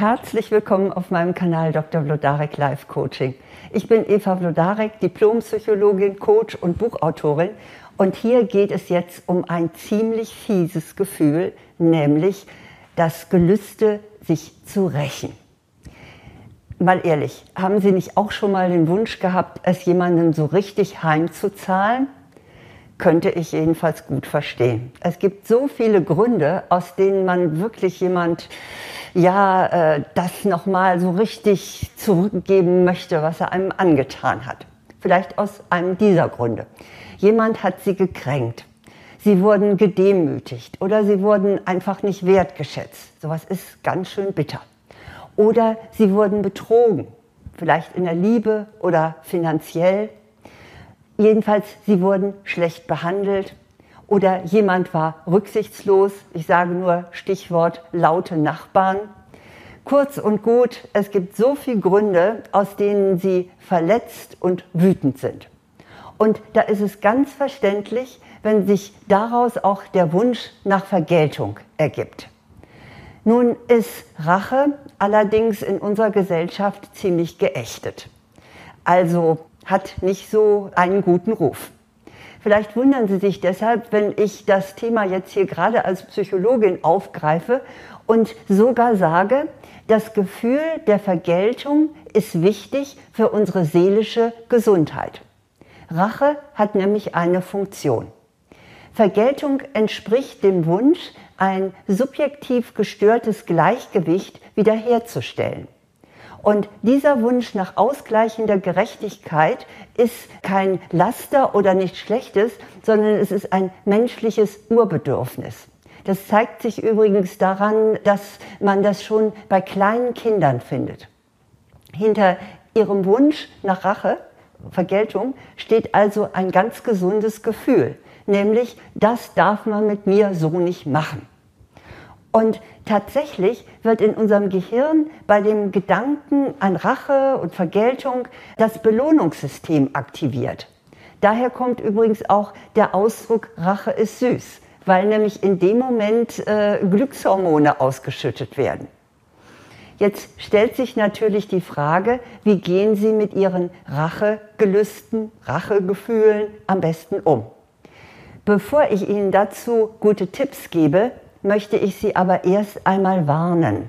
Herzlich willkommen auf meinem Kanal Dr. Wlodarek Life Coaching. Ich bin Eva Wlodarek, Diplompsychologin, Coach und Buchautorin. Und hier geht es jetzt um ein ziemlich fieses Gefühl, nämlich das Gelüste, sich zu rächen. Mal ehrlich, haben Sie nicht auch schon mal den Wunsch gehabt, es jemandem so richtig heimzuzahlen? Könnte ich jedenfalls gut verstehen. Es gibt so viele Gründe, aus denen man wirklich das nochmal so richtig zurückgeben möchte, was er einem angetan hat. Vielleicht aus einem dieser Gründe. Jemand hat Sie gekränkt. Sie wurden gedemütigt oder Sie wurden einfach nicht wertgeschätzt. Sowas ist ganz schön bitter. Oder Sie wurden betrogen, vielleicht in der Liebe oder finanziell. Jedenfalls, Sie wurden schlecht behandelt oder jemand war rücksichtslos. Ich sage nur Stichwort laute Nachbarn. Kurz und gut, es gibt so viele Gründe, aus denen Sie verletzt und wütend sind. Und da ist es ganz verständlich, wenn sich daraus auch der Wunsch nach Vergeltung ergibt. Nun ist Rache allerdings in unserer Gesellschaft ziemlich geächtet. Also hat nicht so einen guten Ruf. Vielleicht wundern Sie sich deshalb, wenn ich das Thema jetzt hier gerade als Psychologin aufgreife und sogar sage, das Gefühl der Vergeltung ist wichtig für unsere seelische Gesundheit. Rache hat nämlich eine Funktion. Vergeltung entspricht dem Wunsch, ein subjektiv gestörtes Gleichgewicht wiederherzustellen. Und dieser Wunsch nach ausgleichender Gerechtigkeit ist kein Laster oder nichts Schlechtes, sondern es ist ein menschliches Urbedürfnis. Das zeigt sich übrigens daran, dass man das schon bei kleinen Kindern findet. Hinter ihrem Wunsch nach Rache, Vergeltung, steht also ein ganz gesundes Gefühl, nämlich, das darf man mit mir so nicht machen. Und tatsächlich wird in unserem Gehirn bei dem Gedanken an Rache und Vergeltung das Belohnungssystem aktiviert. Daher kommt übrigens auch der Ausdruck Rache ist süß, weil nämlich in dem Moment Glückshormone ausgeschüttet werden. Jetzt stellt sich natürlich die Frage, wie gehen Sie mit Ihren Rachegelüsten, Rachegefühlen am besten um? Bevor ich Ihnen dazu gute Tipps gebe, möchte ich Sie aber erst einmal warnen.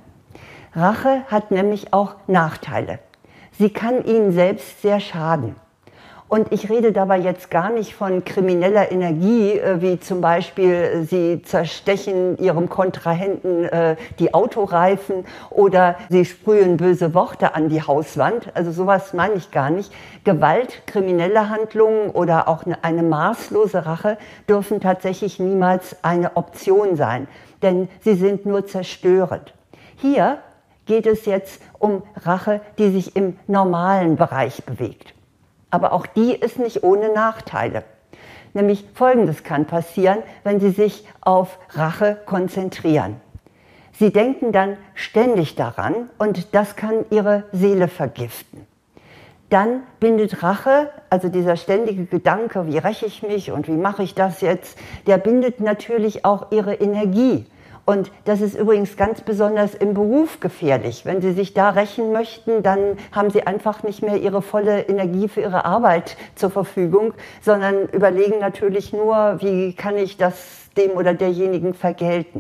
Rache hat nämlich auch Nachteile. Sie kann Ihnen selbst sehr schaden. Und ich rede dabei jetzt gar nicht von krimineller Energie, wie zum Beispiel Sie zerstechen Ihrem Kontrahenten die Autoreifen oder Sie sprühen böse Worte an die Hauswand. Also sowas meine ich gar nicht. Gewalt, kriminelle Handlungen oder auch eine maßlose Rache dürfen tatsächlich niemals eine Option sein, denn sie sind nur zerstörend. Hier geht es jetzt um Rache, die sich im normalen Bereich bewegt. Aber auch die ist nicht ohne Nachteile. Nämlich Folgendes kann passieren, wenn Sie sich auf Rache konzentrieren. Sie denken dann ständig daran und das kann Ihre Seele vergiften. Dann bindet Rache, also dieser ständige Gedanke, wie räche ich mich und wie mache ich das jetzt, der bindet natürlich auch Ihre Energie. Und das ist übrigens ganz besonders im Beruf gefährlich. Wenn Sie sich da rächen möchten, dann haben Sie einfach nicht mehr Ihre volle Energie für Ihre Arbeit zur Verfügung, sondern überlegen natürlich nur, wie kann ich das dem oder derjenigen vergelten.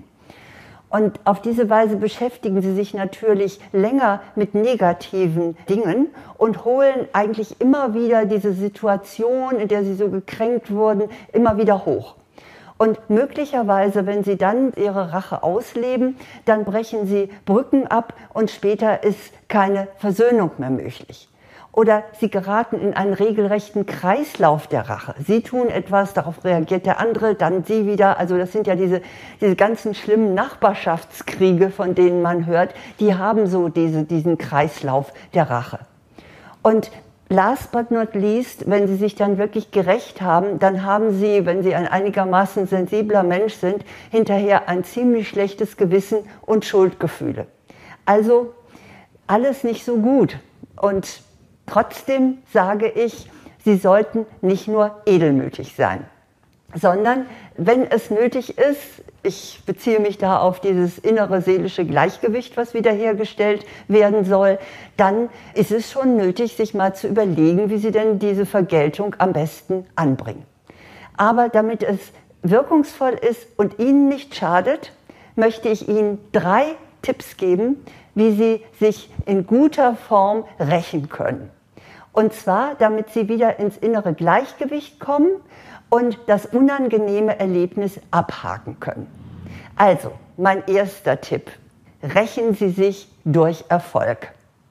Und auf diese Weise beschäftigen Sie sich natürlich länger mit negativen Dingen und holen eigentlich immer wieder diese Situation, in der Sie so gekränkt wurden, immer wieder hoch. Und möglicherweise, wenn Sie dann Ihre Rache ausleben, dann brechen Sie Brücken ab und später ist keine Versöhnung mehr möglich. Oder Sie geraten in einen regelrechten Kreislauf der Rache. Sie tun etwas, darauf reagiert der andere, dann Sie wieder. Also das sind ja diese ganzen schlimmen Nachbarschaftskriege, von denen man hört, die haben so diesen Kreislauf der Rache. Und last but not least, wenn Sie sich dann wirklich gerächt haben, dann haben Sie, wenn Sie ein einigermaßen sensibler Mensch sind, hinterher ein ziemlich schlechtes Gewissen und Schuldgefühle. Also alles nicht so gut. Und trotzdem sage ich, Sie sollten nicht nur edelmütig sein, sondern wenn es nötig ist, ich beziehe mich da auf dieses innere seelische Gleichgewicht, was wiederhergestellt werden soll, dann ist es schon nötig, sich mal zu überlegen, wie Sie denn diese Vergeltung am besten anbringen. Aber damit es wirkungsvoll ist und Ihnen nicht schadet, möchte ich Ihnen 3 Tipps geben, wie Sie sich in guter Form rächen können. Und zwar, damit Sie wieder ins innere Gleichgewicht kommen und das unangenehme Erlebnis abhaken können. Also, mein erster Tipp: Rächen Sie sich durch Erfolg.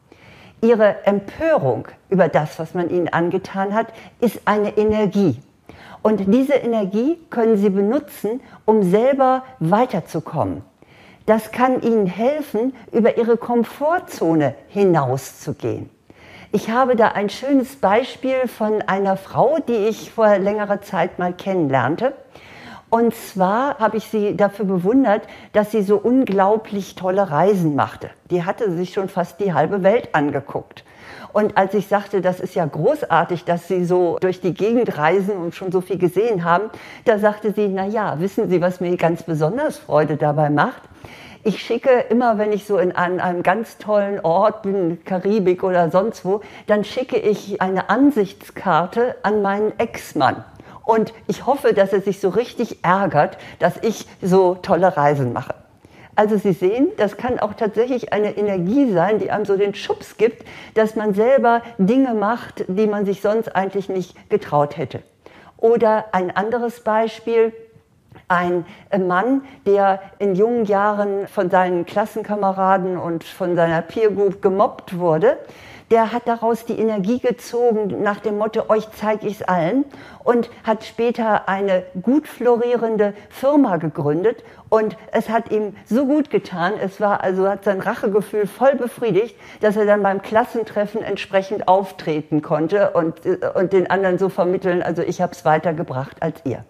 Ihre Empörung über das, was man Ihnen angetan hat, ist eine Energie. Und diese Energie können Sie benutzen, um selber weiterzukommen. Das kann Ihnen helfen, über Ihre Komfortzone hinauszugehen. Ich habe da ein schönes Beispiel von einer Frau, die ich vor längerer Zeit mal kennenlernte. Und zwar habe ich sie dafür bewundert, dass sie so unglaublich tolle Reisen machte. Die hatte sich schon fast die halbe Welt angeguckt. Und als ich sagte, das ist ja großartig, dass Sie so durch die Gegend reisen und schon so viel gesehen haben, da sagte sie, na ja, wissen Sie, was mir ganz besonders Freude dabei macht? Ich schicke immer, wenn ich so an einem ganz tollen Ort bin, Karibik oder sonst wo, dann schicke ich eine Ansichtskarte an meinen Ex-Mann. Und ich hoffe, dass er sich so richtig ärgert, dass ich so tolle Reisen mache. Also Sie sehen, das kann auch tatsächlich eine Energie sein, die einem so den Schubs gibt, dass man selber Dinge macht, die man sich sonst eigentlich nicht getraut hätte. Oder ein anderes Beispiel: Ein Mann, der in jungen Jahren von seinen Klassenkameraden und von seiner Peer Group gemobbt wurde, der hat daraus die Energie gezogen nach dem Motto, euch zeige ich es allen, und hat später eine gut florierende Firma gegründet, und es hat ihm so gut getan, hat sein Rachegefühl voll befriedigt, dass er dann beim Klassentreffen entsprechend auftreten konnte und den anderen so vermitteln, also ich habe es weitergebracht als ihr.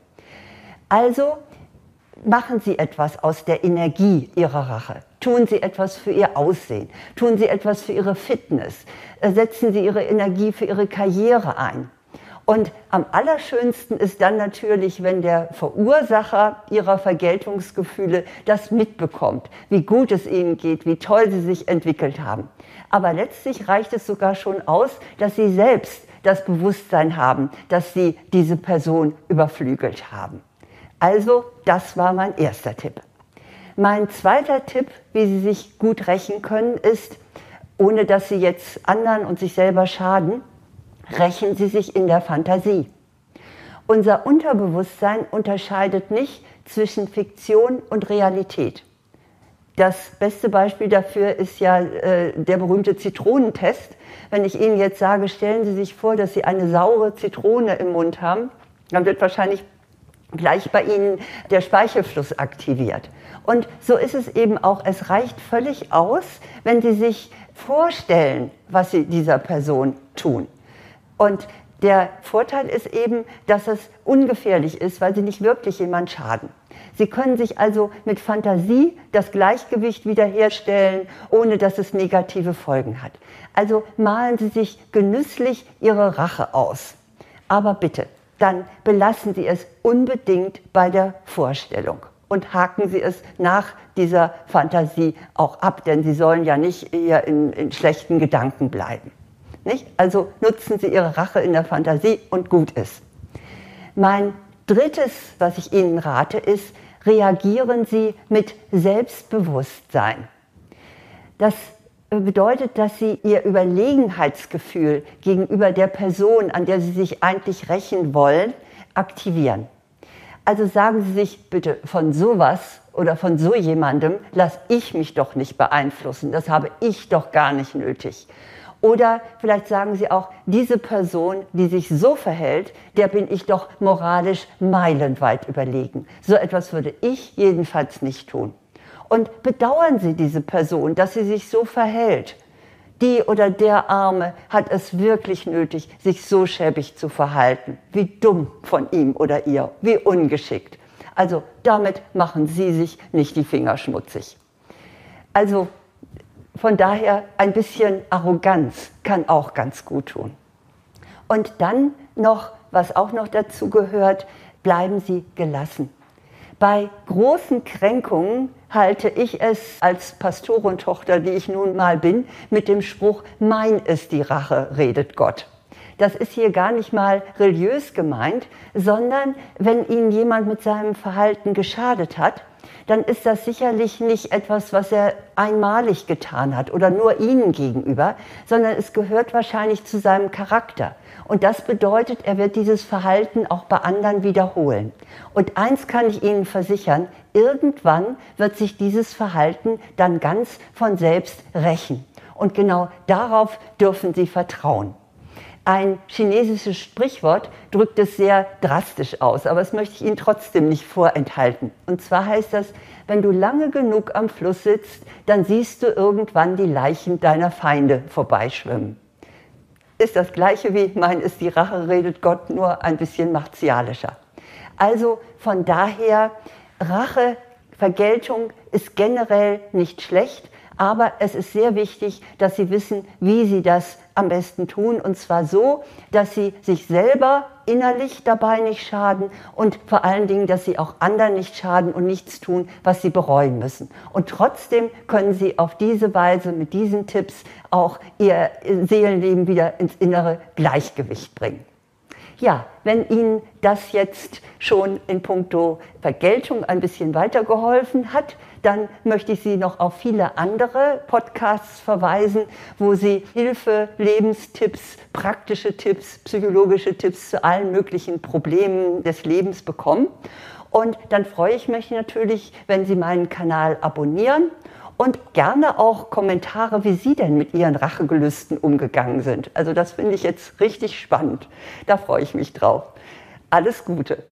Also machen Sie etwas aus der Energie Ihrer Rache. Tun Sie etwas für Ihr Aussehen. Tun Sie etwas für Ihre Fitness. Setzen Sie Ihre Energie für Ihre Karriere ein. Und am allerschönsten ist dann natürlich, wenn der Verursacher Ihrer Vergeltungsgefühle das mitbekommt, wie gut es Ihnen geht, wie toll Sie sich entwickelt haben. Aber letztlich reicht es sogar schon aus, dass Sie selbst das Bewusstsein haben, dass Sie diese Person überflügelt haben. Also, das war mein erster Tipp. Mein zweiter Tipp, wie Sie sich gut rächen können, ist, ohne dass Sie jetzt anderen und sich selber schaden, rächen Sie sich in der Fantasie. Unser Unterbewusstsein unterscheidet nicht zwischen Fiktion und Realität. Das beste Beispiel dafür ist ja der berühmte Zitronentest. Wenn ich Ihnen jetzt sage, stellen Sie sich vor, dass Sie eine saure Zitrone im Mund haben, dann wird wahrscheinlich gleich bei Ihnen der Speichelfluss aktiviert. Und so ist es eben auch. Es reicht völlig aus, wenn Sie sich vorstellen, was Sie dieser Person tun. Und der Vorteil ist eben, dass es ungefährlich ist, weil Sie nicht wirklich jemand schaden. Sie können sich also mit Fantasie das Gleichgewicht wiederherstellen, ohne dass es negative Folgen hat. Also malen Sie sich genüsslich Ihre Rache aus. Aber bitte, dann belassen Sie es unbedingt bei der Vorstellung und haken Sie es nach dieser Fantasie auch ab, denn Sie sollen ja nicht eher in schlechten Gedanken bleiben. Nicht? Also nutzen Sie Ihre Rache in der Fantasie und gut ist. Mein drittes, was ich Ihnen rate, ist, reagieren Sie mit Selbstbewusstsein. Das bedeutet, dass Sie Ihr Überlegenheitsgefühl gegenüber der Person, an der Sie sich eigentlich rächen wollen, aktivieren. Also sagen Sie sich bitte, von sowas oder von so jemandem lasse ich mich doch nicht beeinflussen, das habe ich doch gar nicht nötig. Oder vielleicht sagen Sie auch, diese Person, die sich so verhält, der bin ich doch moralisch meilenweit überlegen. So etwas würde ich jedenfalls nicht tun. Und bedauern Sie diese Person, dass sie sich so verhält. Die oder der Arme hat es wirklich nötig, sich so schäbig zu verhalten. Wie dumm von ihm oder ihr, wie ungeschickt. Also damit machen Sie sich nicht die Finger schmutzig. Also von daher ein bisschen Arroganz kann auch ganz gut tun. Und dann noch, was auch noch dazu gehört, bleiben Sie gelassen. Bei großen Kränkungen halte ich es als Pastorentochter, die ich nun mal bin, mit dem Spruch, mein ist die Rache, redet Gott. Das ist hier gar nicht mal religiös gemeint, sondern wenn Ihnen jemand mit seinem Verhalten geschadet hat, dann ist das sicherlich nicht etwas, was er einmalig getan hat oder nur Ihnen gegenüber, sondern es gehört wahrscheinlich zu seinem Charakter. Und das bedeutet, er wird dieses Verhalten auch bei anderen wiederholen. Und eins kann ich Ihnen versichern, irgendwann wird sich dieses Verhalten dann ganz von selbst rächen. Und genau darauf dürfen Sie vertrauen. Ein chinesisches Sprichwort drückt es sehr drastisch aus, aber das möchte ich Ihnen trotzdem nicht vorenthalten. Und zwar heißt das, wenn du lange genug am Fluss sitzt, dann siehst du irgendwann die Leichen deiner Feinde vorbeischwimmen. Ist das Gleiche wie mein ist die Rache, redet Gott, nur ein bisschen martialischer. Also von daher, Rache, Vergeltung ist generell nicht schlecht, aber es ist sehr wichtig, dass Sie wissen, wie Sie das am besten tun. Und zwar so, dass Sie sich selber innerlich dabei nicht schaden und vor allen Dingen, dass Sie auch anderen nicht schaden und nichts tun, was Sie bereuen müssen. Und trotzdem können Sie auf diese Weise mit diesen Tipps auch Ihr Seelenleben wieder ins innere Gleichgewicht bringen. Ja, wenn Ihnen das jetzt schon in puncto Vergeltung ein bisschen weitergeholfen hat, dann möchte ich Sie noch auf viele andere Podcasts verweisen, wo Sie Hilfe, Lebenstipps, praktische Tipps, psychologische Tipps zu allen möglichen Problemen des Lebens bekommen. Und dann freue ich mich natürlich, wenn Sie meinen Kanal abonnieren und gerne auch Kommentare, wie Sie denn mit Ihren Rachegelüsten umgegangen sind. Also das finde ich jetzt richtig spannend. Da freue ich mich drauf. Alles Gute.